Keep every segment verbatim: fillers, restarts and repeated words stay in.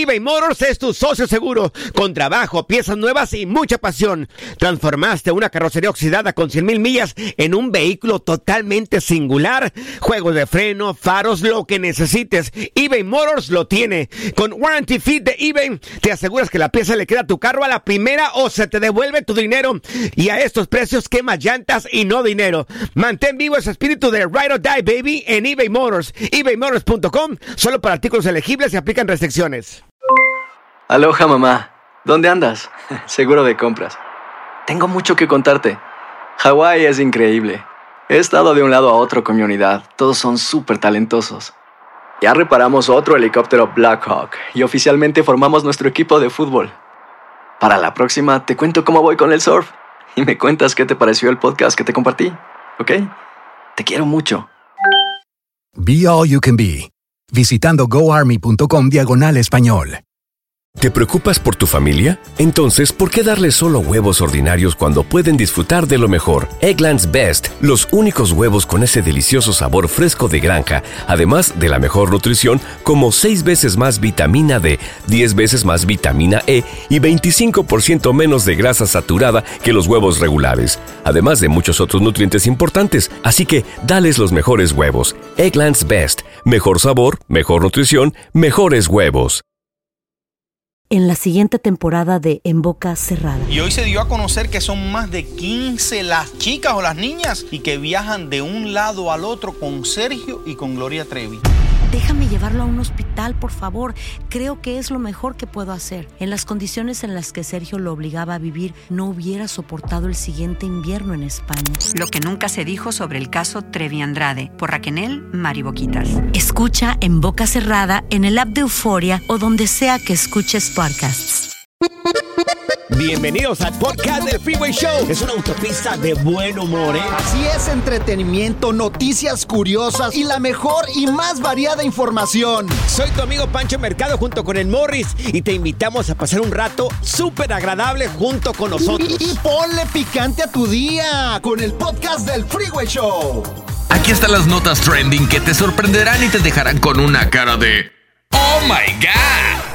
eBay Motors es tu socio seguro. Con trabajo, piezas nuevas y mucha pasión. Transformaste una carrocería oxidada con cien mil millas en un vehículo totalmente singular. Juegos de freno, faros, lo que necesites, eBay Motors lo tiene. Con Warranty Fit de eBay, te aseguras que la pieza le queda a tu carro a la primera o se te devuelve tu dinero. Y a estos precios, quemas llantas y no dinero. Mantén vivo ese espíritu de Ride or Die, baby, en eBay Motors. ebay motors punto com. Solo para artículos elegibles y aplican restricciones. Aloha, mamá. ¿Dónde andas? Seguro de compras. Tengo mucho que contarte. Hawái es increíble. He estado de un lado a otro con mi unidad. Todos son súper talentosos. Ya reparamos otro helicóptero Blackhawk y oficialmente formamos nuestro equipo de fútbol. Para la próxima te cuento cómo voy con el surf y me cuentas qué te pareció el podcast que te compartí, ¿ok? Te quiero mucho. Be All You Can Be, visitando goarmy.com diagonal español. ¿Te preocupas por tu familia? Entonces, ¿por qué darles solo huevos ordinarios cuando pueden disfrutar de lo mejor? Eggland's Best, los únicos huevos con ese delicioso sabor fresco de granja, además de la mejor nutrición, como seis veces más vitamina D, diez veces más vitamina E y veinticinco por ciento menos de grasa saturada que los huevos regulares, además de muchos otros nutrientes importantes. Así que, dales los mejores huevos. Eggland's Best, mejor sabor, mejor nutrición, mejores huevos. En la siguiente temporada de En Boca Cerrada. Y hoy se dio a conocer que son más de quince las chicas o las niñas y que viajan de un lado al otro con Sergio y con Gloria Trevi. Déjame llevarlo a un hospital, por favor. Creo que es lo mejor que puedo hacer. En las condiciones en las que Sergio lo obligaba a vivir, no hubiera soportado el siguiente invierno en España. Lo que nunca se dijo sobre el caso Trevi Andrade, por Raquel Mariboquitas. Escucha En Boca Cerrada, en el app de Euforia o donde sea que escuches podcasts. Bienvenidos al podcast del Freeway Show. Es una autopista de buen humor, ¿eh? Así es, entretenimiento, noticias curiosas y la mejor y más variada información. Soy tu amigo Pancho Mercado junto con el Morris y te invitamos a pasar un rato súper agradable junto con nosotros. Y, y ponle picante a tu día con el podcast del Freeway Show. Aquí están las notas trending que te sorprenderán y te dejarán con una cara de ¡Oh, my God!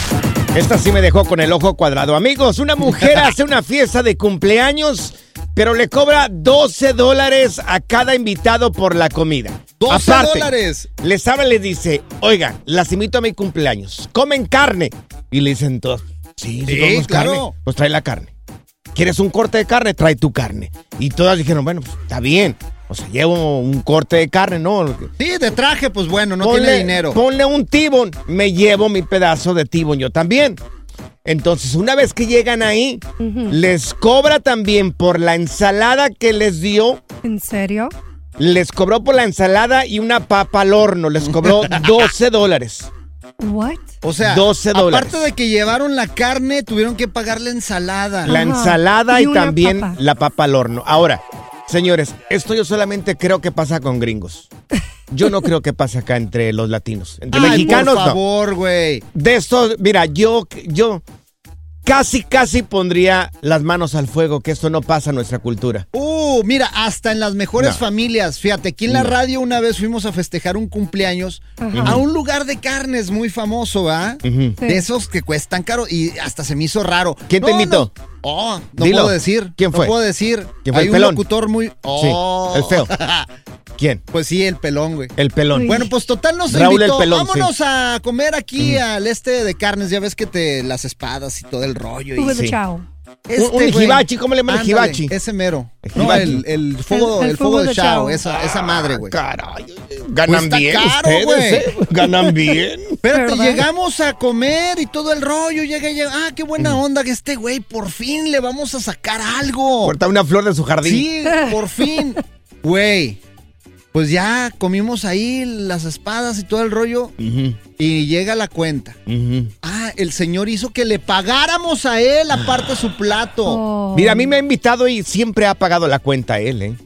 Esta sí me dejó con el ojo cuadrado. Amigos, una mujer hace una fiesta de cumpleaños, pero le cobra doce dólares a cada invitado por la comida. ¡doce dólares! Les habla y les dice, oigan, las invito a mi cumpleaños. ¿Comen carne? Y le dicen todos, sí, sí, sí claro. Carne. Pues trae la carne. ¿Quieres un corte de carne? Trae tu carne. Y todas dijeron, bueno, pues está bien. O sea, llevo un corte de carne, ¿no? Sí, de traje, pues bueno, no ponle, tiene dinero. Ponle un tibón. Me llevo mi pedazo de tibón yo también. Entonces, una vez que llegan ahí, uh-huh. les cobra también por la ensalada que les dio. ¿En serio? Les cobró por la ensalada y una papa al horno. Les cobró doce dólares. ¿What? O sea, doce dólares. Aparte de que llevaron la carne, tuvieron que pagar la ensalada. La Ajá. ensalada y, y también papa. la papa al horno. Ahora, señores, esto yo solamente creo que pasa con gringos. Yo no creo que pase acá entre los latinos. Entre Ay, mexicanos, por favor, güey. No. De esto, mira, yo, yo casi, casi pondría las manos al fuego que esto no pasa en nuestra cultura. Uh, mira, hasta en las mejores No. familias. Fíjate, aquí en la No. radio una vez fuimos a festejar un cumpleaños Ajá. a un lugar de carnes muy famoso, ¿verdad? Uh-huh. Sí. De esos que cuestan caro y hasta se me hizo raro. ¿Quién te No, invitó? No, oh, no Dilo. puedo decir. ¿Quién fue? No puedo decir. ¿Quién fue, Hay el un pelón? locutor muy... Oh. Sí, el feo. ¿Quién? Pues sí, el pelón, güey. El pelón. Uy. Bueno, pues total nos Raúl invitó. el pelón, Vámonos sí. a comer aquí Mm. al este de carnes. Ya ves que te las espadas y todo el rollo. Y Tuve de Sí. chao. este, un un güey, hibachi, ¿cómo le llaman el ándale, hibachi? Ese mero. El No, hibachi. el, el fuego, El- el, el fuego fuego de de chao, chao. esa, esa madre, güey. Caray, ganan Cuesta bien caro, ustedes, güey. ¿eh? Ganan bien. Espérate, ¿Verdad? llegamos a comer y todo el rollo. Llega, llega. Ah, qué buena onda que este güey, por fin le vamos a sacar algo. Corta una flor de su jardín. Sí, por fin. Güey, pues ya comimos ahí las espadas y todo el rollo. Uh-huh. Y llega la cuenta. Uh-huh. Ah, el señor hizo que le pagáramos a él aparte su plato. Oh. Mira, a mí me ha invitado y siempre ha pagado la cuenta él, ¿eh?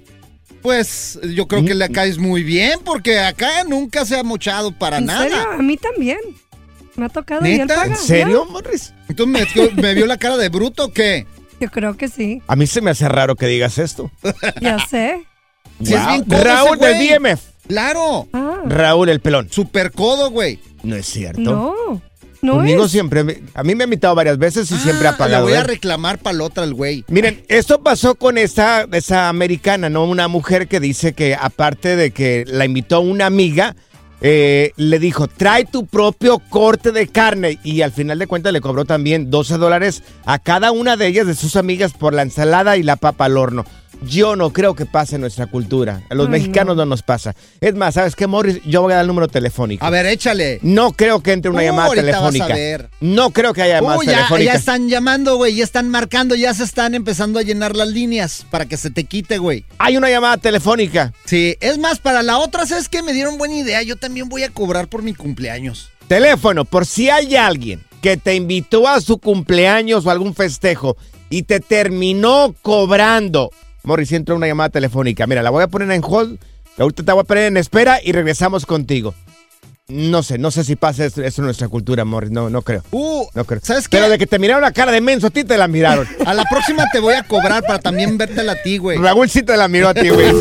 Pues yo creo que le caes muy bien porque acá nunca se ha mochado para ¿En nada. serio? A mí también. Me ha tocado y él ¿Neta? paga. ¿En serio, ¿Ya? Morris? Entonces me, me vio la cara de bruto o qué? Yo creo que sí. A mí se me hace raro que digas esto. Ya sé. Si es bien codo Raúl ese del güey. B M F. Claro. Ah. Raúl el pelón. Super codo, güey. No es cierto. No. No Conmigo es. siempre. A mí me ha invitado varias veces y Ah, siempre ha pagado. Le voy a ¿eh? reclamar para la otra al güey. Miren, esto pasó con esa, esa americana, ¿no? Una mujer que dice que aparte de que la invitó una amiga, eh, le dijo, trae tu propio corte de carne. Y al final de cuentas le cobró también doce dólares a cada una de ellas, de sus amigas, por la ensalada y la papa al horno. Yo no creo que pase en nuestra cultura. A los Ay, mexicanos no. no nos pasa. Es más, ¿sabes qué, Morris? Yo voy a dar el número telefónico. A ver, échale. No creo que entre una Uh, llamada ahorita vas a telefónica. ver. No creo que haya llamadas Uy, ya, telefónicas. ya están llamando, güey. Ya están marcando. Ya se están empezando a llenar las líneas para que se te quite, güey. Hay una llamada telefónica. Sí, es más, para la otra, ¿sabes qué? Me dieron buena idea. Yo también voy a cobrar por mi cumpleaños. Teléfono, por si hay alguien que te invitó a su cumpleaños o algún festejo y te terminó cobrando. Morris, entra una llamada telefónica. Mira, la voy a poner en hold, ahorita te voy a poner en espera y regresamos contigo. No sé, no sé si pasa eso, eso en nuestra cultura, Morris, no, no creo. Uh, No creo. ¿sabes qué? Pero de que te miraron la cara de menso, a ti te la miraron. A la próxima te voy a cobrar para también vértela a ti, güey. Raúl sí te la miró a ti, güey.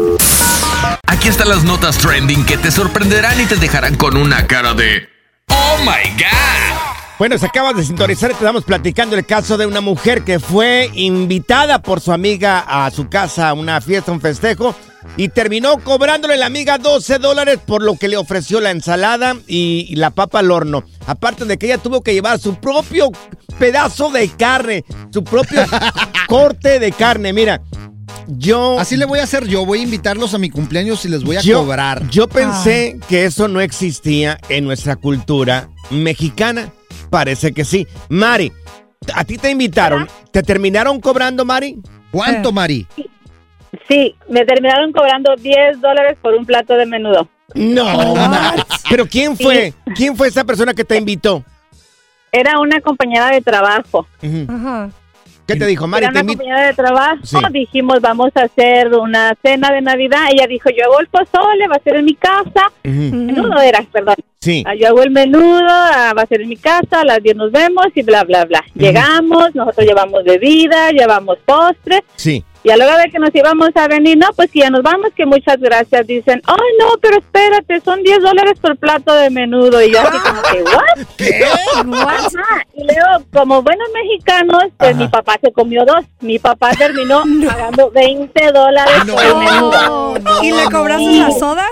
Aquí están las notas trending que te sorprenderán y te dejarán con una cara de ¡Oh my God! Bueno, se acabas de sintonizar y te estamos platicando el caso de una mujer que fue invitada por su amiga a su casa a una fiesta, un festejo, y terminó cobrándole la amiga doce dólares por lo que le ofreció la ensalada y, y la papa al horno. Aparte de que ella tuvo que llevar su propio pedazo de carne, su propio corte de carne. Mira, yo... Así le voy a hacer yo. Voy a invitarlos a mi cumpleaños y les voy a yo, cobrar. Yo pensé que eso no existía en nuestra cultura mexicana. Parece que sí. Mari, ¿a ti te invitaron? ¿Te terminaron cobrando, Mari? ¿Cuánto, Mari? Sí, me terminaron cobrando diez dólares por un plato de menudo. No, Mari. ¿Pero quién fue? ¿Quién fue esa persona que te invitó? Era una compañera de trabajo. Uh-huh. Ajá. ¿Qué te dijo, Mari? Era una Te invi- compañera de trabajo. Sí. Dijimos, vamos a hacer una cena de Navidad. Ella dijo, yo hago el pozole, va a ser en mi casa. Ujú. Menudo era, perdón. Sí. Ah, Yo hago el menudo, ah, va a ser en mi casa, a las diez nos vemos y bla, bla, bla. Llegamos, nosotros llevamos bebida, llevamos postre. Sí. Y a la hora de que nos íbamos a venir, no, pues que ya nos vamos, que muchas gracias. Dicen, ay, no, pero espérate, son diez dólares por plato de menudo. Y yo así como que, ¿what? ¿Qué? Ajá. Y luego, como buenos mexicanos, pues Ajá. mi papá se comió dos. Mi papá terminó pagando veinte dólares No, por el menudo. Oh, no, ¿Y le no. cobraste las sodas?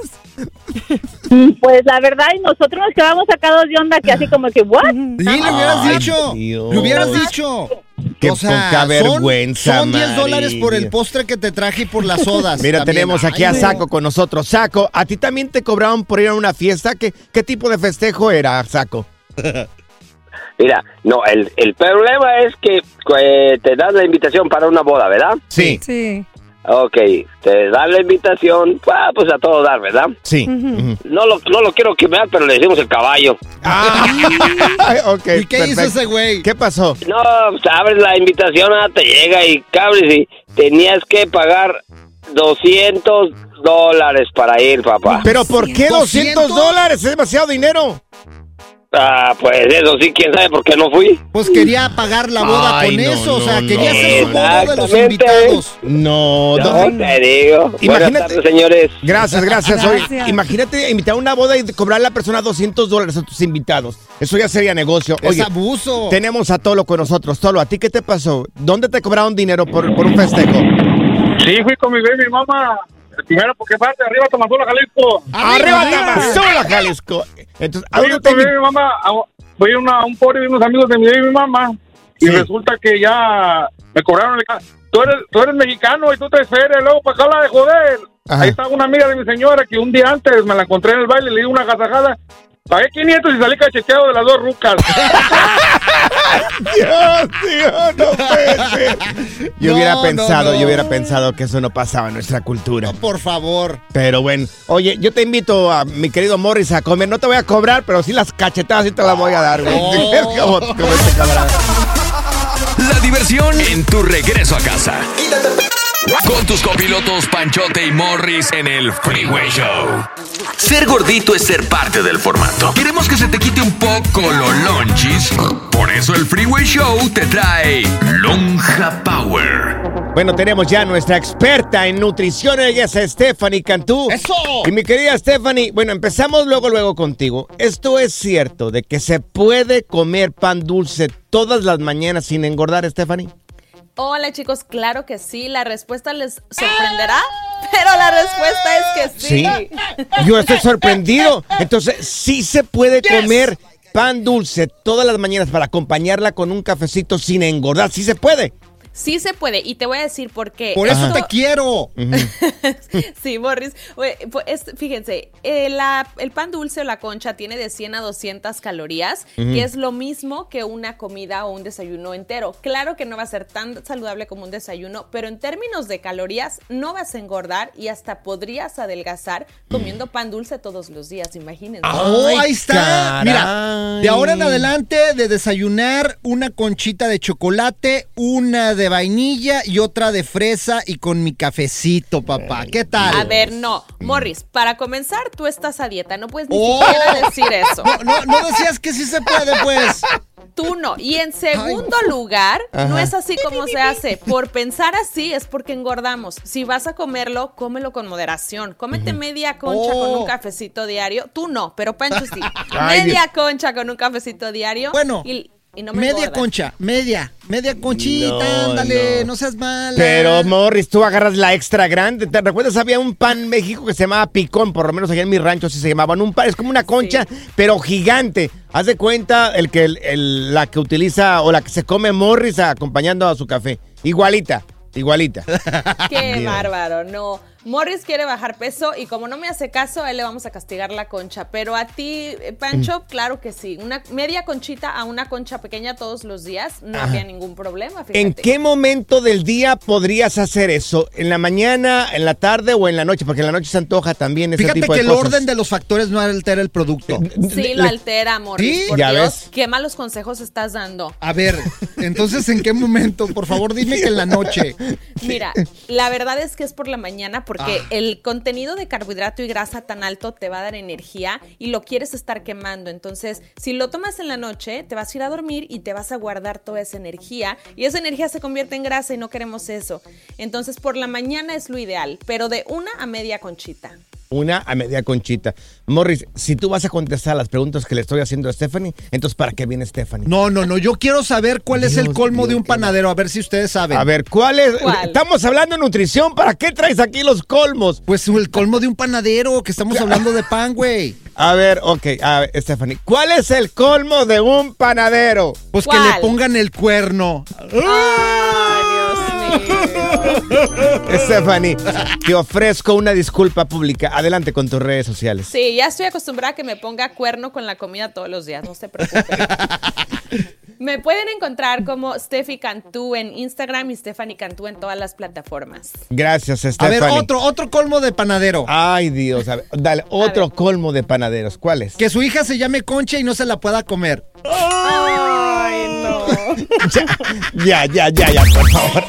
Pues la verdad, y nosotros nos quedamos sacados de onda, que así como que, ¿what? Sí, le hubieras Ay, dicho. Dios. Le hubieras dicho. Qué O sea, poca son- vergüenza, Son diez Mari. dólares por el postre que te traje y por las sodas. Mira, también. tenemos aquí Ay, a no. Saco con nosotros. Saco, ¿a ti también te cobraron por ir a una fiesta? ¿Qué, qué tipo de festejo era, Saco? Mira, no, el, el problema es que eh, te dan la invitación para una boda, ¿verdad? Sí. Sí. Ok, te dan la invitación, ah, pues a todo dar, ¿verdad? Sí. Ujú. Ujú. No lo, no lo quiero quemar, pero le decimos el caballo. Ah, ok, ¿Y qué hizo perfecto. ese güey? ¿Qué pasó? No, pues abres la invitación, ah, te llega y cables y tenías que pagar doscientos dólares para ir, papá. ¿Pero por qué doscientos ¿doscientos? dólares? Es demasiado dinero. Ah, pues eso sí, quién sabe por qué no fui. Pues quería pagar la boda Ay, con no, eso. o no, sea, no. quería hacer su boda de los Exactamente. invitados. No, No, do- te digo. Buenas Imagínate- tardes, señores. Gracias, gracias. Oye, Gracias. imagínate invitar a una boda y cobrar a la persona doscientos dólares a tus invitados. Eso ya sería negocio. Es Oye, abuso. tenemos a Tolo con nosotros. Tolo, ¿a ti qué te pasó? ¿Dónde te cobraron dinero por, por un festejo? Sí, fui con mi baby mamá. Primero porque parte arriba Tamazula, Jalisco. ¡Arriba, arriba. Tamazula, Jalisco! Entonces, ¿a Fui dónde con te mi baby mamá. a- Fui a una- a un pobre de unos amigos de mi baby mamá. Y Sí. resulta que ya me cobraron el ca- Tú eres, tú eres mexicano y tú te esperes, luego para acá la de joder. Ajá. Ahí estaba una amiga de mi señora que un día antes me la encontré en el baile, le di una gasajada. Pagué quinientos y salí cacheteado de las dos rucas. Dios, Dios, no puede ser. Yo No, hubiera no, pensado, no. yo hubiera pensado que eso no pasaba en nuestra cultura. No, por favor. Pero bueno, oye, yo te invito a mi querido Morris a comer. No te voy a cobrar, pero sí las cachetadas sí te las voy a dar, güey. Oh. Como- como este camarada. La diversión en tu regreso a casa. Con tus copilotos Panchote y Morris en el Freeway Show. Ser gordito es ser parte del formato. Queremos que se te quite un poco los lonchis. Por eso el Freeway Show te trae Lonja Power. Bueno, tenemos ya nuestra experta en nutrición, ella es Stephanie Cantú. ¡Eso! Y mi querida Stephanie, bueno, empezamos luego, luego contigo. ¿Esto es cierto de que se puede comer pan dulce todas las mañanas sin engordar, Stephanie? Hola chicos, claro que sí, la respuesta les sorprenderá, pero la respuesta es que sí. Sí, yo estoy sorprendido. Entonces, ¿sí se puede yes. comer pan dulce todas las mañanas para acompañarla con un cafecito sin engordar? ¿Sí se puede? Sí se puede, y te voy a decir por qué. Por eso Esto... te quiero. Sí, Morris. Es, fíjense, eh, la, el pan dulce o la concha tiene de cien a doscientas calorías, uh-huh. que es lo mismo que una comida o un desayuno entero. Claro que no va a ser tan saludable como un desayuno, pero en términos de calorías no vas a engordar y hasta podrías adelgazar comiendo pan dulce todos los días, imagínense. Oh, ahí está. Caray. Mira, de ahora en adelante de desayunar una conchita de chocolate, una de de vainilla y otra de fresa y con mi cafecito, papá. ¿Qué tal? A ver, no. Morris, para comenzar, tú estás a dieta. No puedes ni oh. siquiera decir eso. No, no, no decías que sí se puede, pues. Tú no. Y en segundo Ay. lugar, Ajá. no es así como se hace. Por pensar así es porque engordamos. Si vas a comerlo, cómelo con moderación. Cómete uh-huh. media concha oh. con un cafecito diario. Tú no, pero Pancho sí. Ay, media Dios. concha con un cafecito diario. Bueno. Y, Y no me media engorda. concha, media, media conchita, no, ándale, no. no seas mala. Pero, Morris, tú agarras la extra grande. ¿Te recuerdas? Había un pan en México que se llamaba picón, por lo menos allá en mi rancho así se llamaban. Un pan, es como una concha, sí. pero gigante. Haz de cuenta el que el, el, la que utiliza o la que se come Morris acompañando a su café. Igualita, igualita. Qué Dios. Bárbaro, no. Morris quiere bajar peso y como no me hace caso, a él le vamos a castigar la concha. Pero a ti, Pancho, mm. claro que sí. Una media conchita a una concha pequeña todos los días, no Ajá. había ningún problema. Fíjate. ¿En qué momento del día podrías hacer eso? ¿En la mañana, en la tarde o en la noche? Porque en la noche se antoja también ese Fíjate tipo de cosas. Fíjate que el orden de los factores no altera el producto. Sí, lo altera, Morris. ¿Sí? Por ¿Ya Dios, ves? qué malos consejos estás dando. A ver, entonces, ¿en qué momento? Por favor, dime que en la noche. Mira, la verdad es que es por la mañana porque ah. el contenido de carbohidrato y grasa tan alto te va a dar energía y lo quieres estar quemando. Entonces, si lo tomas en la noche, te vas a ir a dormir y te vas a guardar toda esa energía y esa energía se convierte en grasa y no queremos eso. Entonces, por la mañana es lo ideal, pero de una a media conchita. Una a media conchita. Morris, si tú vas a contestar las preguntas que le estoy haciendo a Stephanie, entonces ¿para qué viene Stephanie? No, no, no, yo quiero saber cuál Dios, es el colmo Dios, de un panadero, a ver si ustedes saben. A ver, ¿cuál es? ¿Cuál? Estamos hablando de nutrición, ¿para qué traes aquí los colmos? Pues el colmo de un panadero, que estamos hablando de pan, güey. A ver, ok, a ver, Stephanie, ¿cuál es el colmo de un panadero? Pues ¿Cuál? que le pongan el cuerno. Ay, Dios mío. Stephanie, te ofrezco una disculpa pública. Adelante con tus redes sociales. Sí, ya estoy acostumbrada a que me ponga cuerno con la comida todos los días, no se preocupen. Me pueden encontrar como Steffi Cantú en Instagram y Stephanie Cantú en todas las plataformas. Gracias, Stephanie. A ver, otro, otro colmo de panadero. Ay, Dios, a ver, dale, otro colmo de panaderos. ¿Cuál es? Que su hija se llame Concha y no se la pueda comer. Ay, no. Ya, ya, ya, ya, por favor.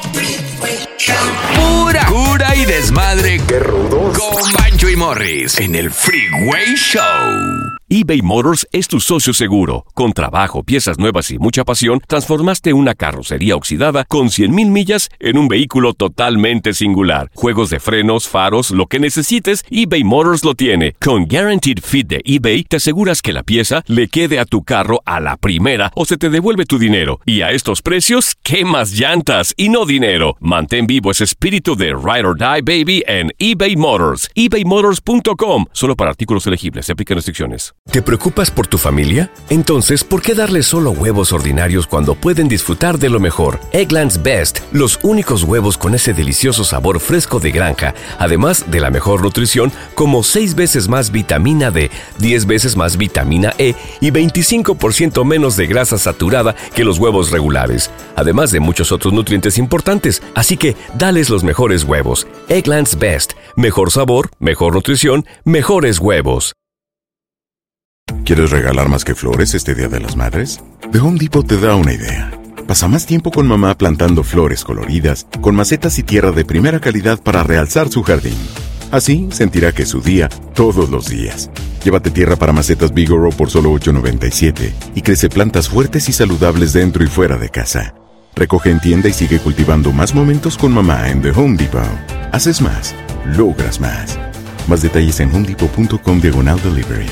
Pura cura y desmadre. ¡Qué rudos! Con Bancho y Morris en el Freeway Show. eBay Motors es tu socio seguro. Con trabajo, piezas nuevas y mucha pasión, transformaste una carrocería oxidada con cien mil millas en un vehículo totalmente singular. Juegos de frenos, faros, lo que necesites, eBay Motors lo tiene. Con Guaranteed Fit de eBay, te aseguras que la pieza le quede a tu carro a la primera o se te devuelve tu dinero. Y a estos precios, quemas llantas y no dinero. Mantén vivo ese espíritu de Ride or Die, baby, en eBay Motors. ebay motors punto com. Solo para artículos elegibles. Se aplican restricciones. ¿Te preocupas por tu familia? Entonces, ¿por qué darles solo huevos ordinarios cuando pueden disfrutar de lo mejor? Eggland's Best, los únicos huevos con ese delicioso sabor fresco de granja, además de la mejor nutrición, como seis veces más vitamina D, diez veces más vitamina E y veinticinco por ciento menos de grasa saturada que los huevos regulares, además de muchos otros nutrientes importantes. Así que, dales los mejores huevos. Eggland's Best, mejor sabor, mejor nutrición, mejores huevos. ¿Quieres regalar más que flores este Día de las Madres? The Home Depot te da una idea. Pasa más tiempo con mamá plantando flores coloridas, con macetas y tierra de primera calidad para realzar su jardín. Así sentirá que es su día todos los días. Llévate tierra para macetas Vigoro por solo ocho noventa y siete y crece plantas fuertes y saludables dentro y fuera de casa. Recoge en tienda y sigue cultivando más momentos con mamá en The Home Depot. Haces más, logras más. Más detalles en homedepot.com diagonal delivery.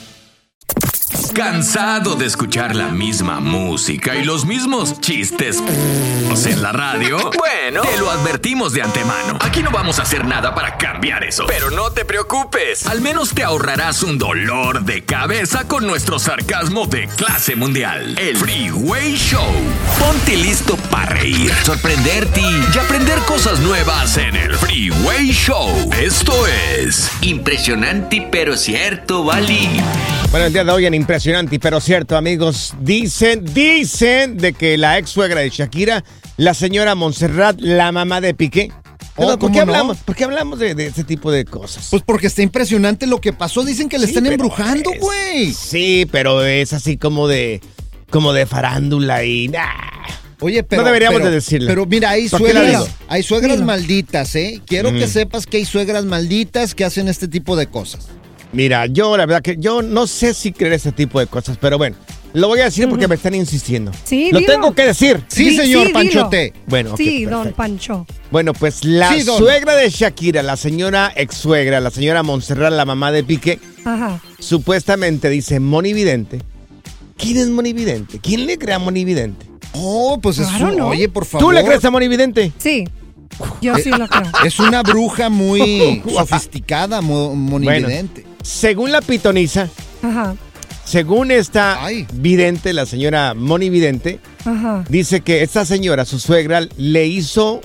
¿Cansado de escuchar la misma música y los mismos chistes en la radio? Bueno, te lo advertimos de antemano. Aquí no vamos a hacer nada para cambiar eso. Pero no te preocupes. Al menos te ahorrarás un dolor de cabeza con nuestro sarcasmo de clase mundial. El Freeway Show. Ponte listo para reír, sorprenderte y aprender cosas nuevas en el Freeway Show. Esto es Impresionante pero cierto, Bali. Bueno, el día de hoy en Impresionante, pero cierto, amigos, dicen, dicen de que la ex suegra de Shakira, la señora Montserrat, la mamá de Piqué. Oh, ¿Por qué ¿cómo no? hablamos, ¿por qué hablamos de, de ese tipo de cosas? Pues porque está impresionante lo que pasó. Dicen que le Sí, están pero embrujando, es- güey. Sí, pero es así como de, como de farándula y nah. Oye, pero... No deberíamos pero- de decirlo. Pero mira, hay ¿Por qué la suegras, digo? hay suegras Dilo. malditas, ¿eh? Quiero Mm. que sepas que hay suegras malditas que hacen este tipo de cosas. Mira, yo la verdad que yo no sé si creer ese tipo de cosas, pero bueno, lo voy a decir porque me están insistiendo. Sí, Lo dilo. tengo que decir. Sí, Di- señor sí, Panchote. dilo. Bueno, ok, Sí, perfecto. don Pancho. Bueno, pues la Sí, don. suegra de Shakira, la señora ex suegra, la señora Montserrat, la mamá de Piqué, Ajá. supuestamente dice Monividente. ¿Quién es Monividente? ¿Quién le cree a Monividente? Oh, pues es Claro, un- ¿no? Oye, por favor. ¿Tú le crees a Monividente? Sí. Yo sí lo creo. Es una bruja muy sofisticada, mo- monividente. Según la pitoniza, Ajá. según esta Ay. vidente, la señora Monividente, Ajá. dice que esta señora, su suegra, le hizo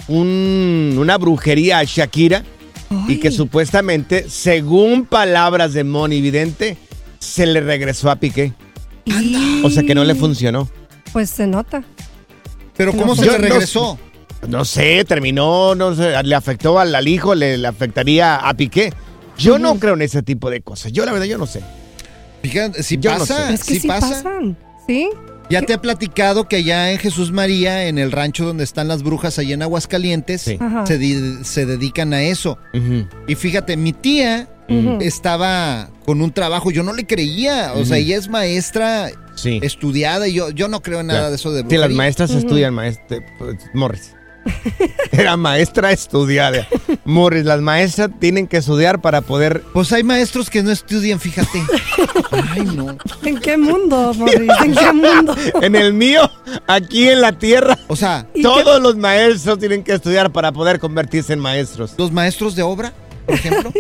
un- una brujería a Shakira y que Ay. supuestamente, según palabras de Monividente, se le regresó a Piqué. Y- O sea que no le funcionó. Pues se nota. Pero ¿cómo No, se yo le no regresó? No sé, terminó, no sé, le afectó al, al hijo, le, le afectaría a Piqué. Yo no creo en ese tipo de cosas. Yo la verdad, yo no sé. Fíjate, si Yo no pasa, sé. Es que sí sí pasa. pasan. ¿Sí? Ya te he platicado que allá en Jesús María, en el rancho donde están las brujas, allá en Aguascalientes, Sí. Ajá. se, di- se dedican a eso. Ujú. Y fíjate, mi tía Ujú. estaba con un trabajo, yo no le creía. O sea, Ujú. ella es maestra Sí. estudiada y yo, yo no creo en nada Ya. de eso de Sí, brujería. las maestras Ujú. estudian, maestra. pues, Morris. Era maestra estudiada. Morris, las maestras tienen que estudiar para poder. Pues hay maestros que no estudian, fíjate. Ay, no. ¿En qué mundo, Morris? ¿En qué mundo? En el mío, aquí en la tierra, O sea, ¿Y todos los maestros tienen que estudiar para poder convertirse en maestros. los maestros de obra, por ejemplo.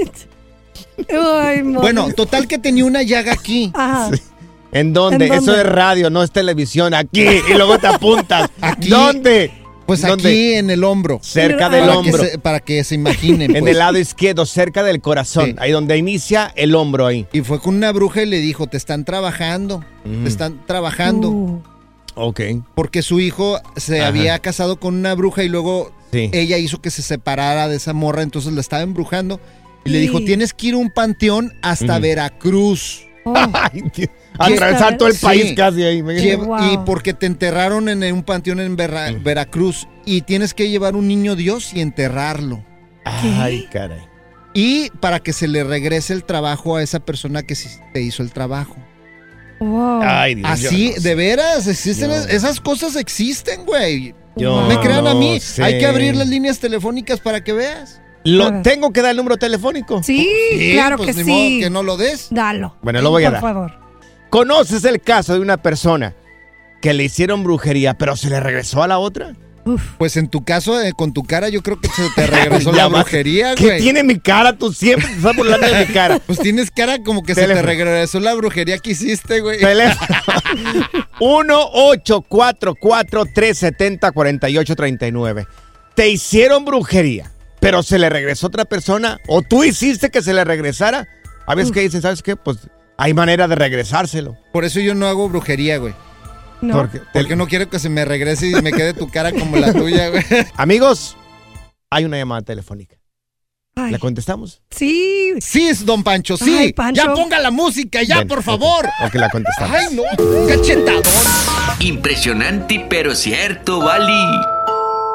Ay, Morris. Bueno, total que tenía una llaga aquí. Ajá. ¿En dónde? ¿En Eso dónde? es radio, no es televisión. Aquí, y luego te apuntas. Aquí. ¿Dónde? Pues ¿Dónde? aquí en el hombro. Cerca Ah. del Para que, hombro. se, para que se imaginen. En pues. el lado izquierdo, cerca del corazón. Sí. Ahí donde inicia el hombro ahí. Y fue con una bruja y le dijo, te están trabajando, Mm. te están trabajando. Uh, Ok. Porque su hijo se Ajá. había casado con una bruja y luego Sí. ella hizo que se separara de esa morra, entonces la estaba embrujando. Y le Sí. dijo, tienes que ir a un panteón hasta Ujú. Veracruz. oh. Ay, Dios. Atravesar todo el Sí. país casi ahí. me- Lleva- Wow. Y porque te enterraron en un panteón en Verra- Mm. Veracruz. Y tienes que llevar un niño Dios y enterrarlo. Ay, caray. Y para que se le regrese el trabajo a esa persona que sí te hizo el trabajo. Wow. Ay, Dios. Así, yo no de sé. veras, existen Yo- es- esas cosas existen, güey. Yo No me crean a no mí. sé. Hay que abrir las líneas telefónicas para que veas. Lo, A ver. tengo que dar el número telefónico. Sí, claro pues que ni modo sí. que no lo des. Dalo. Bueno, lo voy a Por dar. favor. ¿Conoces el caso de una persona que le hicieron brujería, pero se le regresó a la otra? Uf. Pues en tu caso, eh, con tu cara, yo creo que se te regresó la Ya va. brujería, ¿Qué güey. tiene mi cara? Tú siempre te estás burlando de mi cara. Pues tienes cara como que se te Teléfono. regresó la brujería que hiciste, güey. Teléfono uno ocho cuatro cuatro, tres siete cero, cuatro ocho tres nueve. Te hicieron brujería, pero se le regresó otra persona, o tú hiciste que se le regresara. A veces que dicen, ¿sabes qué? Pues hay manera de regresárselo. Por eso yo no hago brujería, güey. No. Porque, Porque no quiero que se me regrese y me quede tu cara como la tuya, güey. amigos, hay una llamada telefónica. Ay, ¿La contestamos? sí. Sí, es Don Pancho, sí. Ay, Pancho. Ya ponga la música, ya, Ven, por ok, favor. Ok, la contestamos. Ay, no, cachetadón. Impresionante pero cierto, Bali.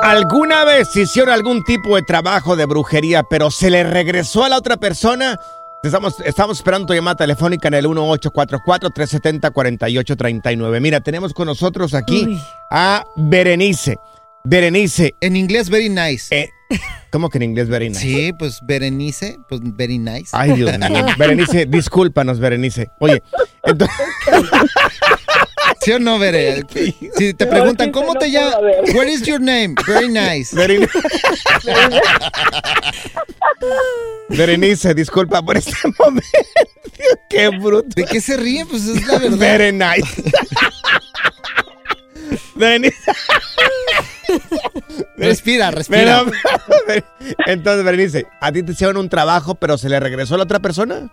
¿Alguna vez hicieron algún tipo de trabajo de brujería, pero se le regresó a la otra persona? Estamos, estamos esperando tu llamada telefónica en el uno ocho cuatro cuatro, tres siete cero, cuatro ocho tres nueve. Mira, tenemos con nosotros aquí Uy. a Berenice. Berenice. En inglés, very nice. Eh, ¿Cómo que en inglés, very nice? Sí, pues Berenice, pues very nice. Ay, Dios mío. Berenice, discúlpanos, Berenice. Oye, entonces... ¿Sí o no, Bere? Si te preguntan, ¿cómo te llamas? What is your name? Very nice. Very... Berenice, disculpa por este momento. Qué bruto. ¿De qué se ríe? Pues es la verdad. Very nice. Berenice. Respira, respira. Pero, entonces, Berenice, ¿a ti te hicieron un trabajo, pero se le regresó a la otra persona?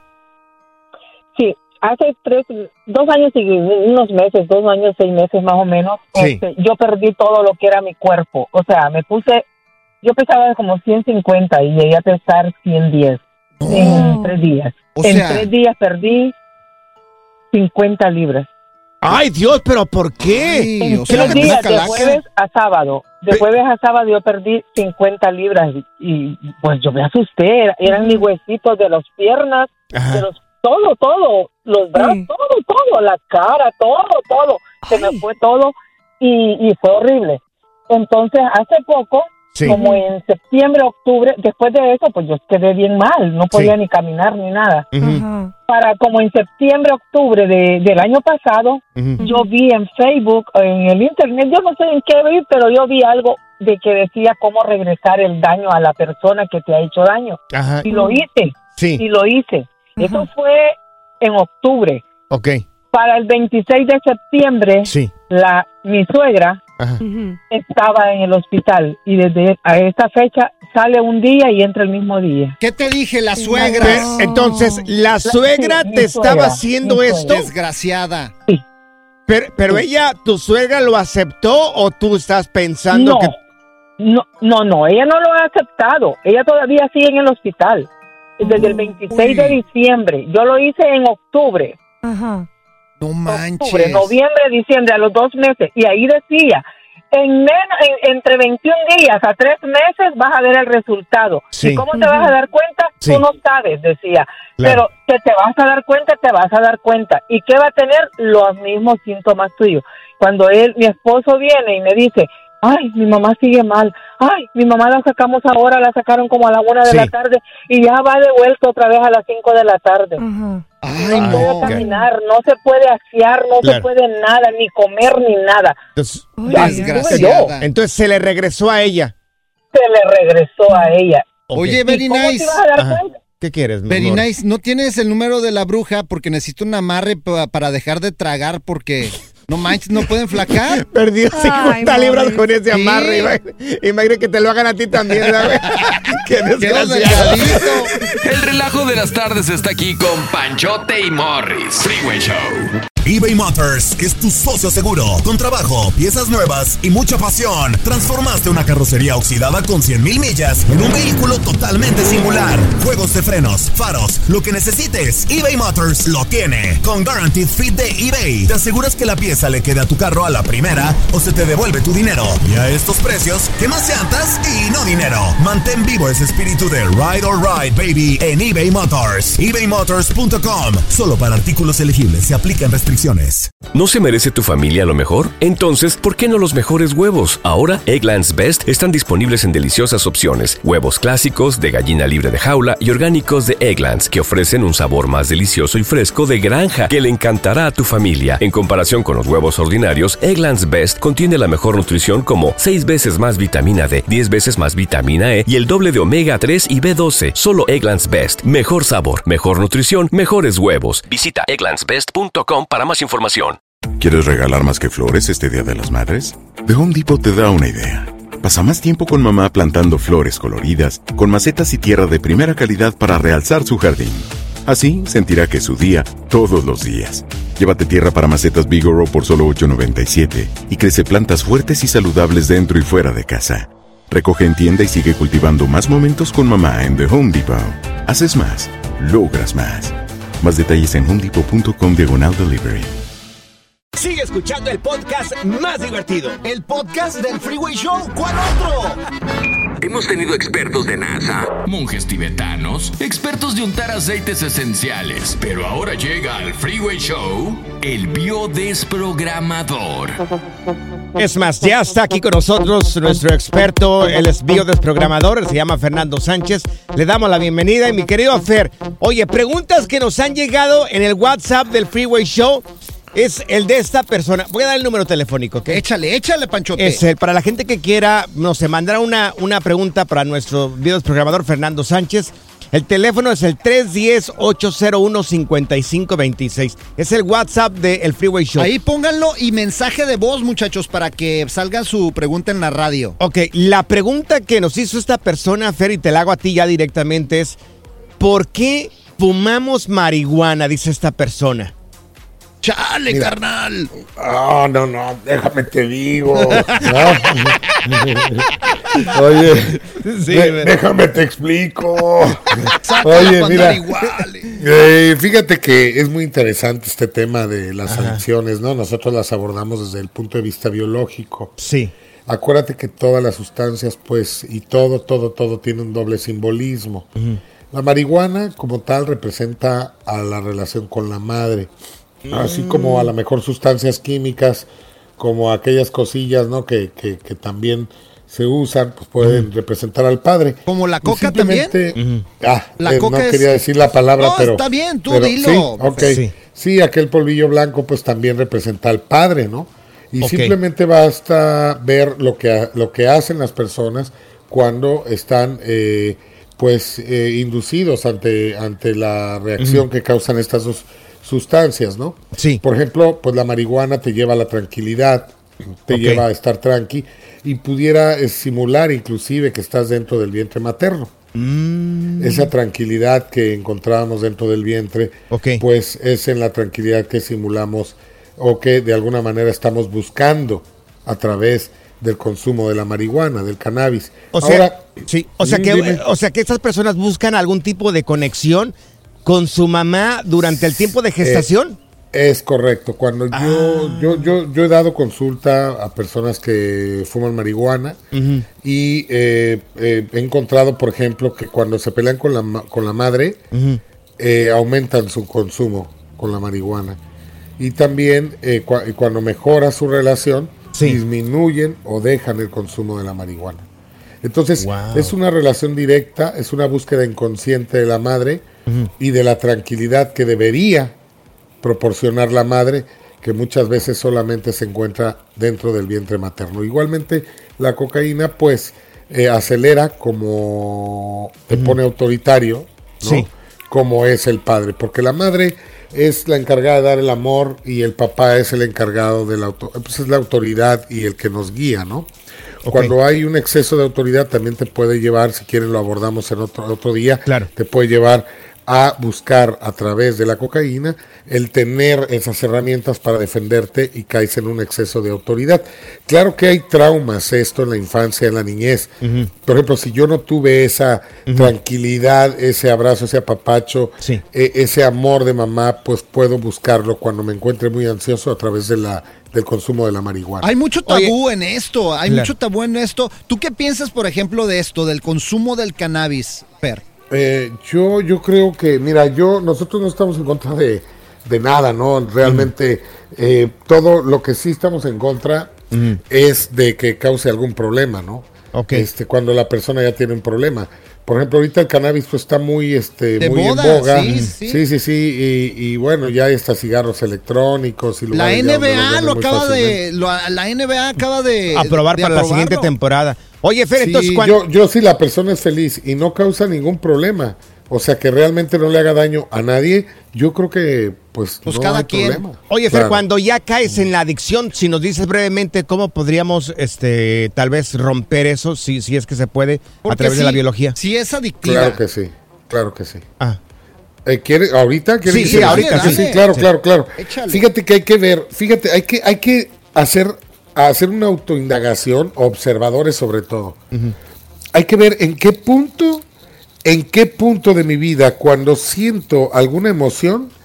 Sí. Hace tres, dos años y unos meses, dos años, seis meses más o menos, sí. este, yo perdí todo lo que era mi cuerpo. O sea, me puse, yo pesaba como ciento cincuenta y llegué a pesar ciento diez oh. en tres días. O en sea... tres días perdí cincuenta libras. ¡Ay, Dios! ¿Pero por qué? Ay, en tres días, de jueves a sábado. De jueves a sábado yo perdí cincuenta libras y, y pues yo me asusté. Eran mis huesitos de las piernas, Ajá. de los todo, todo, los brazos, sí. todo, todo, la cara, todo, todo, se Ay. me fue todo y, y fue horrible. Entonces, hace poco, sí. como en septiembre, octubre, después de eso, pues yo quedé bien mal, no podía sí. ni caminar ni nada. Uh-huh. Para como en septiembre, octubre de, del año pasado, uh-huh. yo vi en Facebook, en el internet, yo no sé en qué vi, pero yo vi algo de que decía cómo regresar el daño a la persona que te ha hecho daño. Ajá. Y lo hice, sí. y lo hice. Eso fue en octubre. Ok. Para el veintiséis de septiembre, sí. la mi suegra Ajá. estaba en el hospital y desde a esta fecha sale un día y entra el mismo día. ¿Qué te dije, la suegra? Pero, entonces, ¿la suegra sí, te suegra, estaba haciendo esto? Desgraciada. Sí. Pero, pero sí. ella, ¿tu suegra lo aceptó o tú estás pensando no, que...? No, no, no, ella no lo ha aceptado. Ella todavía sigue en el hospital. Desde el veintiséis Uy. de diciembre. Yo lo hice en octubre. Ajá. No manches. Octubre, noviembre, diciembre, a los dos meses. Y ahí decía, en menos, en, entre veintiún días a tres meses vas a ver el resultado. Sí. ¿Y cómo te vas a dar cuenta? Sí. Tú no sabes, decía. Claro. Pero que te vas a dar cuenta, te vas a dar cuenta. ¿Y qué va a tener? Los mismos síntomas tuyos. Cuando él, mi esposo viene y me dice, ay, mi mamá sigue mal. Ay, mi mamá la sacamos ahora, la sacaron como a la una de sí. la tarde y ya va de vuelta otra vez a las cinco de la tarde. Uh-huh. Ay, no puede caminar, no se puede asear, no claro. se puede nada, ni comer, ni nada. Entonces, desgraciada. Entonces se le regresó a ella. Se le regresó a ella. Okay. Oye, Very Nice. ¿Cómo te vas a dar cuenta? ¿Qué quieres, mi Very amor? Nice, ¿no tienes el número de la bruja? Porque necesito un amarre pa- para dejar de tragar porque... No manches, no pueden flacar. Perdió cincuenta Ay, libras mami. con ese amarre. Sí. Imagínate, imagínate que te lo hagan a ti también, ¿sabes? Qué desgraciado. El relajo de las tardes está aquí con Panchote y Morris. Freeway Show. eBay Motors es tu socio seguro. Con trabajo, piezas nuevas y mucha pasión, transformaste una carrocería oxidada con cien mil millas en un vehículo totalmente singular. Juegos de frenos, faros, lo que necesites, eBay Motors lo tiene. Con Guaranteed Fit de eBay, te aseguras que la pieza le quede a tu carro a la primera o se te devuelve tu dinero. Y a estos precios, ¿qué más llantas y no dinero? Mantén vivo ese espíritu de Ride or Ride, baby, en eBay Motors. ebay motors punto com. Solo para artículos elegibles se aplican restricciones. ¿No se merece tu familia lo mejor? Entonces, ¿por qué no los mejores huevos? Ahora, Eggland's Best están disponibles en deliciosas opciones. Huevos clásicos, de gallina libre de jaula y orgánicos de Eggland's, que ofrecen un sabor más delicioso y fresco de granja que le encantará a tu familia. En comparación con los huevos ordinarios, Eggland's Best contiene la mejor nutrición como seis veces más vitamina D, diez veces más vitamina E y el doble de omega tres y B doce. Solo Eggland's Best. Mejor sabor, mejor nutrición, mejores huevos. Visita egglands best punto com para más información. ¿Quieres regalar más que flores este Día de las Madres? The Home Depot te da una idea. Pasa más tiempo con mamá plantando flores coloridas, con macetas y tierra de primera calidad para realzar su jardín. Así sentirá que es su día todos los días. Llévate tierra para macetas Bigoro por solo ocho noventa y siete y crece plantas fuertes y saludables dentro y fuera de casa. Recoge en tienda y sigue cultivando más momentos con mamá en The Home Depot. Haces más, logras más. Más detalles en homedepot punto com diagonal delivery. Sigue escuchando el podcast más divertido. El podcast del Freeway Show. ¿Cuál otro? Hemos tenido expertos de NASA, monjes tibetanos, expertos de untar aceites esenciales. Pero ahora llega al Freeway Show el biodesprogramador. Es más, ya está aquí con nosotros nuestro experto, él es biodesprogramador, se llama Fernando Sánchez. Le damos la bienvenida y mi querido Fer, oye, preguntas que nos han llegado en el WhatsApp del Freeway Show. Es el de esta persona. Voy a dar el número telefónico, ¿ok? Échale, échale, Panchote. Es el, para la gente que quiera, no sé, mandar una, una pregunta para nuestro videoprogramador Fernando Sánchez. El teléfono es el tres uno cero, ocho cero uno, cinco cinco dos seis. Es el WhatsApp del Freeway Show. Ahí pónganlo y mensaje de voz, muchachos, para que salga su pregunta en la radio. Ok, la pregunta que nos hizo esta persona, Fer, y te la hago a ti ya directamente, es ¿por qué fumamos marihuana? Dice esta persona. ¡Chale, Mira. carnal! Oh, no, no, déjame te digo. ¿No? Oye, sí, de, déjame te explico. Oye, mira, eh, fíjate que es muy interesante este tema de las Ajá. adicciones, ¿no? Nosotros las abordamos desde el punto de vista biológico. Sí. Acuérdate que todas las sustancias, pues, y todo, todo, todo tiene un doble simbolismo. Uh-huh. La marihuana, como tal, representa a la relación con la madre. Así como a lo mejor sustancias químicas, como aquellas cosillas, ¿no? Que, que, que también se usan, pues pueden uh-huh. representar al padre. Como la coca también. Uh-huh. Ah, la eh, coca no es... quería decir la palabra, no, pero. Está bien, tú pero, dilo. Sí, okay. sí. sí, aquel polvillo blanco, pues también representa al padre, ¿no? Y okay. simplemente basta ver lo que, lo que hacen las personas cuando están, eh, pues, eh, inducidos ante, ante la reacción uh-huh. que causan estas dos sustancias, ¿no? Sí. Por ejemplo, pues la marihuana te lleva a la tranquilidad, te okay. lleva a estar tranqui y pudiera eh, simular inclusive que estás dentro del vientre materno. Mm. Esa tranquilidad que encontrábamos dentro del vientre, okay. pues es en la tranquilidad que simulamos o que de alguna manera estamos buscando a través del consumo de la marihuana, del cannabis. O sea, Ahora, sí, o sea que, o sea que estas personas buscan algún tipo de conexión con su mamá durante el tiempo de gestación. Eh, es correcto. Cuando ah. yo, yo, yo, yo he dado consulta a personas que fuman marihuana uh-huh. y eh, eh, he encontrado, por ejemplo, que cuando se pelean con la, con la madre, uh-huh. eh, aumentan su consumo con la marihuana. Y también eh, cu- cuando mejora su relación, sí. disminuyen o dejan el consumo de la marihuana. Entonces, wow. es una relación directa, es una búsqueda inconsciente de la madre uh-huh. y de la tranquilidad que debería proporcionar la madre, que muchas veces solamente se encuentra dentro del vientre materno. Igualmente, la cocaína, pues, eh, acelera como te uh-huh. pone autoritario, ¿no? Sí. Como es el padre, porque la madre es la encargada de dar el amor y el papá es el encargado de la auto- pues es la autoridad y el que nos guía, ¿no? Okay. Cuando hay un exceso de autoridad también te puede llevar, si quieren lo abordamos en otro, otro día, claro. te puede llevar a buscar a través de la cocaína el tener esas herramientas para defenderte y caes en un exceso de autoridad. Claro que hay traumas, esto en la infancia, en la niñez. Uh-huh. Por ejemplo, si yo no tuve esa uh-huh. tranquilidad, ese abrazo, ese apapacho, sí. eh, ese amor de mamá, pues puedo buscarlo cuando me encuentre muy ansioso a través de la del consumo de la marihuana. Hay mucho tabú Oye, en esto, hay claro. mucho tabú en esto. ¿Tú qué piensas, por ejemplo, de esto, del consumo del cannabis, Per? Eh, yo, yo creo que, mira, yo, nosotros no estamos en contra de, de nada, ¿no? Realmente, mm. eh, todo lo que sí estamos en contra mm. es de que cause algún problema, ¿no? Okay. Este, cuando la persona ya tiene un problema. Por ejemplo, ahorita el cannabis pues está muy, este, de muy moda, en boga. Sí, sí, sí, sí, sí y, y bueno, ya hay hasta cigarros electrónicos. Y la N B A lo acaba de, lo, la N B A acaba de aprobar de para la siguiente temporada. Oye, Fer, sí, entonces cuando... yo, yo si la persona es feliz y no causa ningún problema, o sea que realmente no le haga daño a nadie, yo creo que pues, pues no cada hay quien. problema. Oye, Fer, claro. Cuando ya caes en la adicción, si nos dices brevemente cómo podríamos este tal vez romper eso, si, si es que se puede, porque a través si, de la biología. Si es adictiva. Claro que sí, claro que sí. Ah. Eh, ¿quiere, ¿Ahorita? Sí, sí, ahorita. Dale, sí, sí, claro, sí. claro, claro. Échale. Fíjate que hay que ver, fíjate, hay que, hay que hacer, hacer una autoindagación, observadores sobre todo. Uh-huh. Hay que ver en qué punto, en qué punto de mi vida, cuando siento alguna emoción,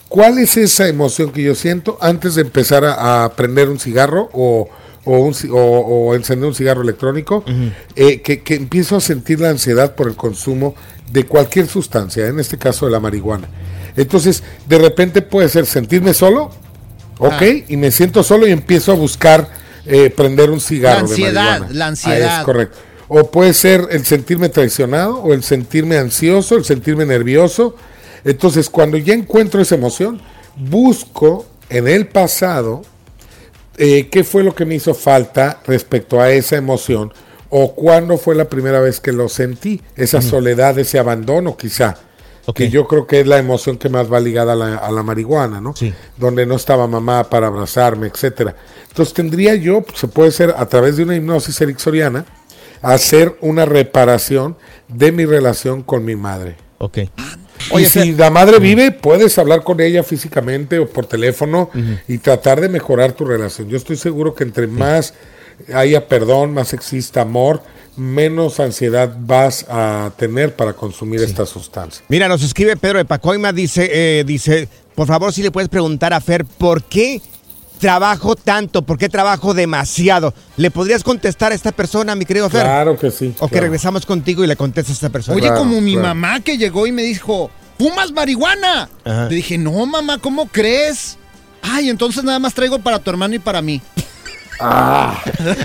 ¿cuál es esa emoción que yo siento antes de empezar a, a prender un cigarro o, o, un, o, o encender un cigarro electrónico? Uh-huh. eh, que, que empiezo a sentir la ansiedad por el consumo de cualquier sustancia, en este caso de la marihuana. Entonces, de repente puede ser sentirme solo, ok, ah. y me siento solo y empiezo a buscar eh, prender un cigarro la ansiedad, de marihuana. La ansiedad, ah, es correcto. O puede ser el sentirme traicionado, o el sentirme ansioso, el sentirme nervioso. Entonces, cuando ya encuentro esa emoción, busco en el pasado eh, qué fue lo que me hizo falta respecto a esa emoción, o cuándo fue la primera vez que lo sentí, esa uh-huh. soledad, ese abandono quizá, okay. que yo creo que es la emoción que más va ligada a la, a la marihuana, ¿no? Sí. Donde no estaba mamá para abrazarme, etcétera. Entonces tendría yo, se puede ser a través de una hipnosis ericksoniana, hacer una reparación de mi relación con mi madre. Ok. Oye, y si la madre vive, puedes hablar con ella físicamente o por teléfono uh-huh. y tratar de mejorar tu relación. Yo estoy seguro que entre sí. más haya perdón, más exista amor, menos ansiedad vas a tener para consumir sí. esta sustancia. Mira, nos escribe Pedro de Pacoima, dice, eh, dice, por favor, si le puedes preguntar a Fer, ¿por qué trabajo tanto? ¿Por qué trabajo demasiado? ¿Le podrías contestar a esta persona, mi querido Fer? Claro que sí. O claro. que regresamos contigo y le contestas a esta persona. Oye, claro, como mi claro. mamá que llegó y me dijo, ¿fumas marihuana? Ajá. Le dije, no, mamá, ¿cómo crees? Ay, entonces nada más traigo para tu hermano y para mí. Ah.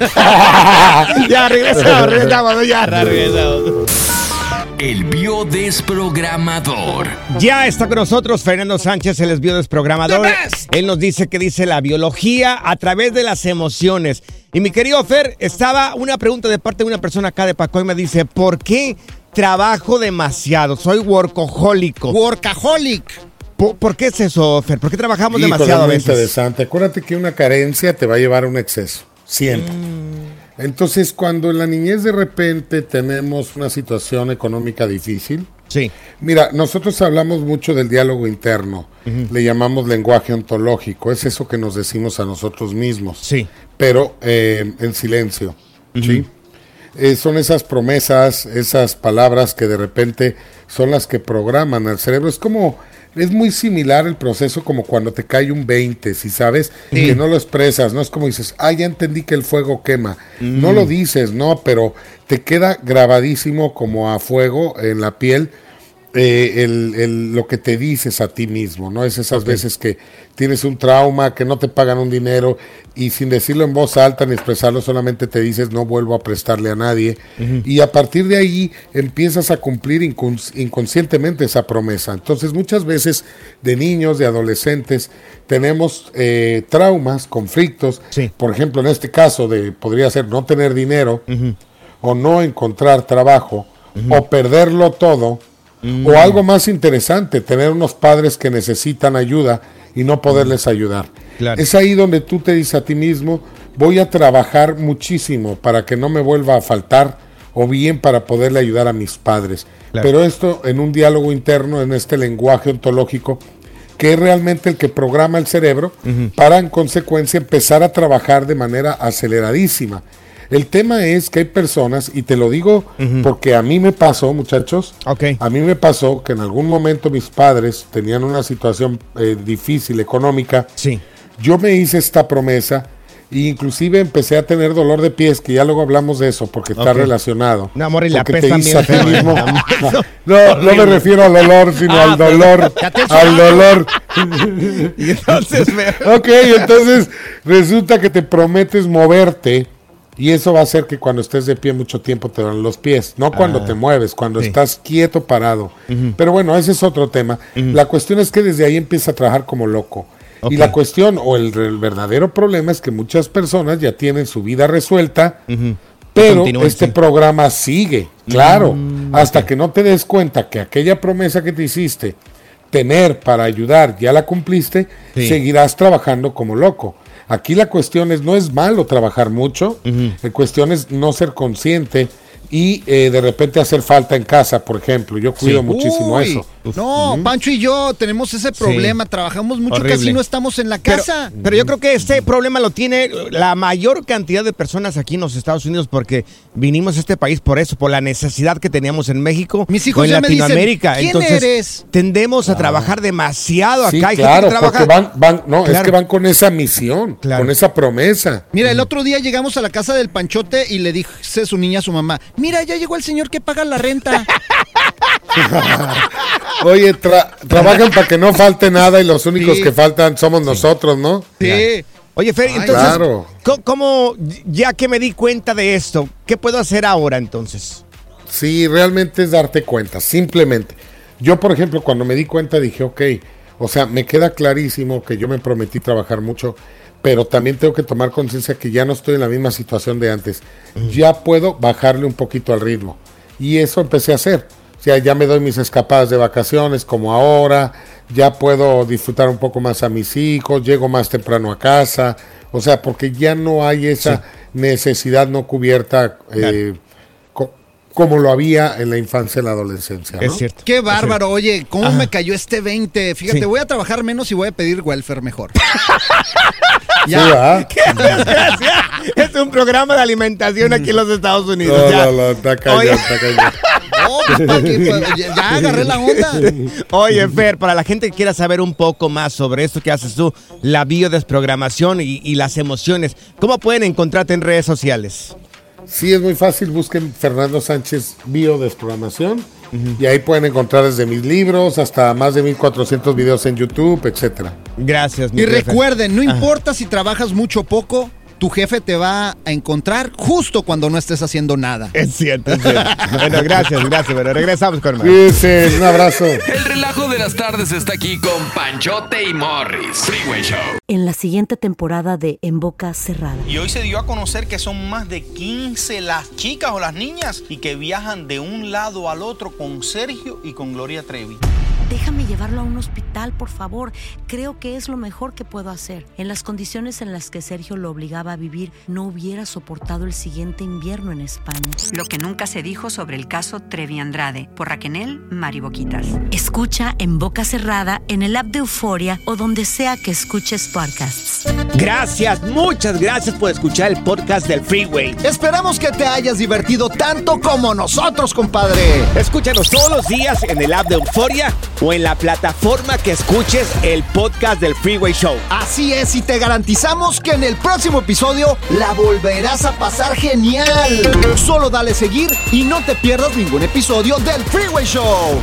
ya regresamos, regresamos, ya regresamos. El biodesprogramador. Ya está con nosotros Fernando Sánchez, él es biodesprogramador. Él nos dice que dice la biología a través de las emociones. Y mi querido Fer, estaba una pregunta de parte de una persona acá de Paco y me dice, ¿por qué trabajo demasiado? Soy workahólico. Workaholic. ¿Por, ¿Por qué es eso, Fer? ¿Por qué trabajamos Híjole, demasiado a muy veces? Interesante. Acuérdate que una carencia te va a llevar a un exceso. Siempre. Mm. Entonces, cuando en la niñez de repente tenemos una situación económica difícil, sí. Mira, nosotros hablamos mucho del diálogo interno, uh-huh. le llamamos lenguaje ontológico, es eso que nos decimos a nosotros mismos, sí. pero eh, en silencio, uh-huh. ¿sí? Eh, son esas promesas, esas palabras que de repente son las que programan al cerebro. Es como... Es muy similar el proceso como cuando te cae un veinte, si sabes, sí. que no lo expresas, no es como dices, ah, ya entendí que el fuego quema. Mm. No lo dices, no, pero te queda grabadísimo como a fuego en la piel eh, el, el, lo que te dices a ti mismo, ¿no? Es esas okay. veces que tienes un trauma, que no te pagan un dinero y sin decirlo en voz alta ni expresarlo, solamente te dices, no vuelvo a prestarle a nadie. Uh-huh. Y a partir de ahí empiezas a cumplir incons- inconscientemente esa promesa. Entonces muchas veces de niños, de adolescentes, tenemos eh, traumas, conflictos. Sí. Por ejemplo, en este caso de podría ser no tener dinero uh-huh. o no encontrar trabajo uh-huh. o perderlo todo. Mm. O algo más interesante, tener unos padres que necesitan ayuda y no poderles ayudar. Claro. Es ahí donde tú te dices a ti mismo, voy a trabajar muchísimo para que no me vuelva a faltar o bien para poderle ayudar a mis padres. Claro. Pero esto en un diálogo interno, en este lenguaje ontológico, que es realmente el que programa el cerebro uh-huh. para en consecuencia empezar a trabajar de manera aceleradísima. El tema es que hay personas, y te lo digo uh-huh. porque a mí me pasó, muchachos, okay. a mí me pasó que en algún momento mis padres tenían una situación eh, difícil, económica. Sí. Yo me hice esta promesa e inclusive empecé a tener dolor de pies, que ya luego hablamos de eso, porque está okay. relacionado. No, amor, y la porque pez te dices a ti también. mismo. No, no, no me refiero al olor, sino ah, al dolor. Al dolor. Y entonces me... Ok, entonces resulta que te prometes moverte. Y eso va a hacer que cuando estés de pie mucho tiempo te duelen los pies. No cuando ah, te mueves, cuando sí. estás quieto, parado. Uh-huh. Pero bueno, ese es otro tema. Uh-huh. La cuestión es que desde ahí empieza a trabajar como loco. Okay. Y la cuestión o el, el verdadero problema es que muchas personas ya tienen su vida resuelta, uh-huh. pero este sí. programa sigue, claro, uh-huh. hasta okay. que no te des cuenta que aquella promesa que te hiciste, tener para ayudar, ya la cumpliste, sí. seguirás trabajando como loco. Aquí la cuestión es, no es malo trabajar mucho, uh-huh. la cuestión es no ser consciente y eh, de repente hacer falta en casa, por ejemplo. Yo cuido sí. muchísimo Uy. eso. No, Pancho y yo tenemos ese problema, sí. Trabajamos mucho, horrible. Casi no estamos en la casa. Pero, pero yo creo que este problema lo tiene la mayor cantidad de personas aquí en los Estados Unidos porque vinimos a este país por eso, por la necesidad que teníamos en México. Mis hijos o en ya Latinoamérica. Me dicen, ¿quién Entonces, eres? Tendemos a trabajar demasiado sí, acá. Hay claro, gente que trabaja... porque van, van, no, claro. es que van con esa misión, claro. Con esa promesa. Mira, el otro día llegamos a la casa del Panchote y le dice su niña a su mamá, mira, ya llegó el señor que paga la renta. Oye, tra- trabajan para que no falte nada y los únicos sí. que faltan somos nosotros, ¿no? Sí. Oye, Fer, entonces, claro. ¿cómo, ya que me di cuenta de esto, qué puedo hacer ahora entonces? Sí, realmente es darte cuenta, simplemente. Yo, por ejemplo, cuando me di cuenta dije, ok, o sea, me queda clarísimo que yo me prometí trabajar mucho, pero también tengo que tomar conciencia que ya no estoy en la misma situación de antes. Mm. Ya puedo bajarle un poquito al ritmo. Y eso empecé a hacer. O sea, ya me doy mis escapadas de vacaciones como ahora, ya puedo disfrutar un poco más a mis hijos, llego más temprano a casa, o sea, porque ya no hay esa sí. necesidad no cubierta eh, co- como lo había en la infancia y la adolescencia, ¿no? Es cierto. Qué bárbaro, oye, ¿cómo Ajá. me cayó este veinte? Fíjate, sí. voy a trabajar menos y voy a pedir welfare mejor. Ya. Sí, gracias. Es un programa de alimentación aquí en los Estados Unidos. No, ya. no, no, está cañón, está cañón. No, pues, ¿para qué? Pues, ya, ya agarré la onda. Oye, Fer, para la gente que quiera saber un poco más sobre esto que haces tú, la biodesprogramación y, y las emociones, ¿cómo pueden encontrarte en redes sociales? Sí, es muy fácil, busquen Fernando Sánchez Biodesprogramación uh-huh. y ahí pueden encontrar desde mis libros hasta más de mil cuatrocientos videos en YouTube, etcétera. Gracias, mi Y jefe. recuerden, no Ajá. importa si trabajas mucho o poco, tu jefe te va a encontrar justo cuando no estés haciendo nada. Es cierto, es cierto. Bueno, gracias, gracias, pero regresamos con más. Sí, un abrazo. El relajo de las tardes está aquí con Panchote y Morris. Freeway Show. En la siguiente temporada de En Boca Cerrada. Y hoy se dio a conocer que son más de quince las chicas o las niñas y que viajan de un lado al otro con Sergio y con Gloria Trevi. Déjame llevarlo a un hospital, por favor. Creo que es lo mejor que puedo hacer. En las condiciones en las que Sergio lo obligaba a vivir, no hubiera soportado el siguiente invierno en España. Lo que nunca se dijo sobre el caso Trevi Andrade, por Raquel Mariboquitas. Escucha En Boca Cerrada, en el app de Euforia o donde sea que escuches podcasts. Gracias, muchas gracias por escuchar el podcast del Freeway. Esperamos que te hayas divertido tanto como nosotros, compadre. Escúchanos todos los días en el app de Euforia o en la plataforma que escuches el podcast del Freeway Show. Así es, y te garantizamos que en el próximo episodio la volverás a pasar genial. Solo dale seguir y no te pierdas ningún episodio del Freeway Show.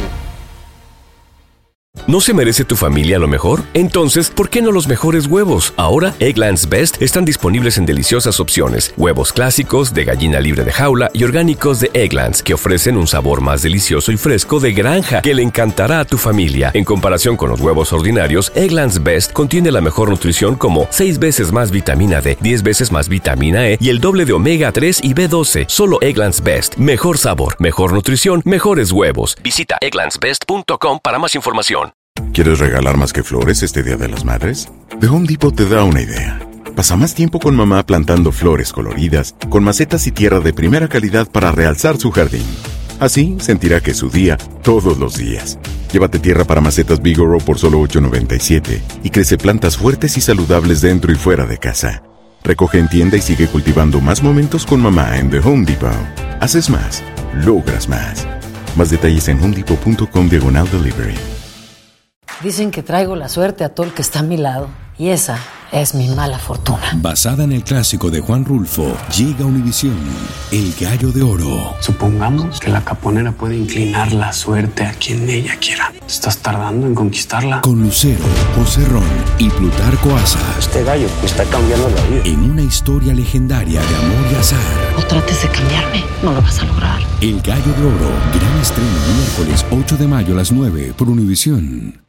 ¿No se merece tu familia lo mejor? Entonces, ¿por qué no los mejores huevos? Ahora, Eggland's Best están disponibles en deliciosas opciones. Huevos clásicos, de gallina libre de jaula y orgánicos de Eggland's, que ofrecen un sabor más delicioso y fresco de granja que le encantará a tu familia. En comparación con los huevos ordinarios, Eggland's Best contiene la mejor nutrición como seis veces más vitamina D, diez veces más vitamina E y el doble de omega tres y B doce. Solo Eggland's Best. Mejor sabor, mejor nutrición, mejores huevos. Visita egglands best punto com para más información. ¿Quieres regalar más que flores este Día de las Madres? The Home Depot te da una idea. Pasa más tiempo con mamá plantando flores coloridas, con macetas y tierra de primera calidad para realzar su jardín. Así sentirá que es su día todos los días. Llévate tierra para macetas Bigoro por solo ocho noventa y siete y crece plantas fuertes y saludables dentro y fuera de casa. Recoge en tienda y sigue cultivando más momentos con mamá en The Home Depot. Haces más, logras más. Más detalles en homedepot.com diagonal delivery. Dicen que traigo la suerte a todo el que está a mi lado. Y esa es mi mala fortuna. Basada en el clásico de Juan Rulfo, llega Univisión, El Gallo de Oro. Supongamos que la caponera puede inclinar la suerte a quien ella quiera. ¿Estás tardando en conquistarla? Con Lucero, José Ron y Plutarco Asa. Este gallo me está cambiando la vida. En una historia legendaria de amor y azar. No trates de cambiarme, no lo vas a lograr. El Gallo de Oro, gran estreno miércoles ocho de mayo a las nueve por Univisión.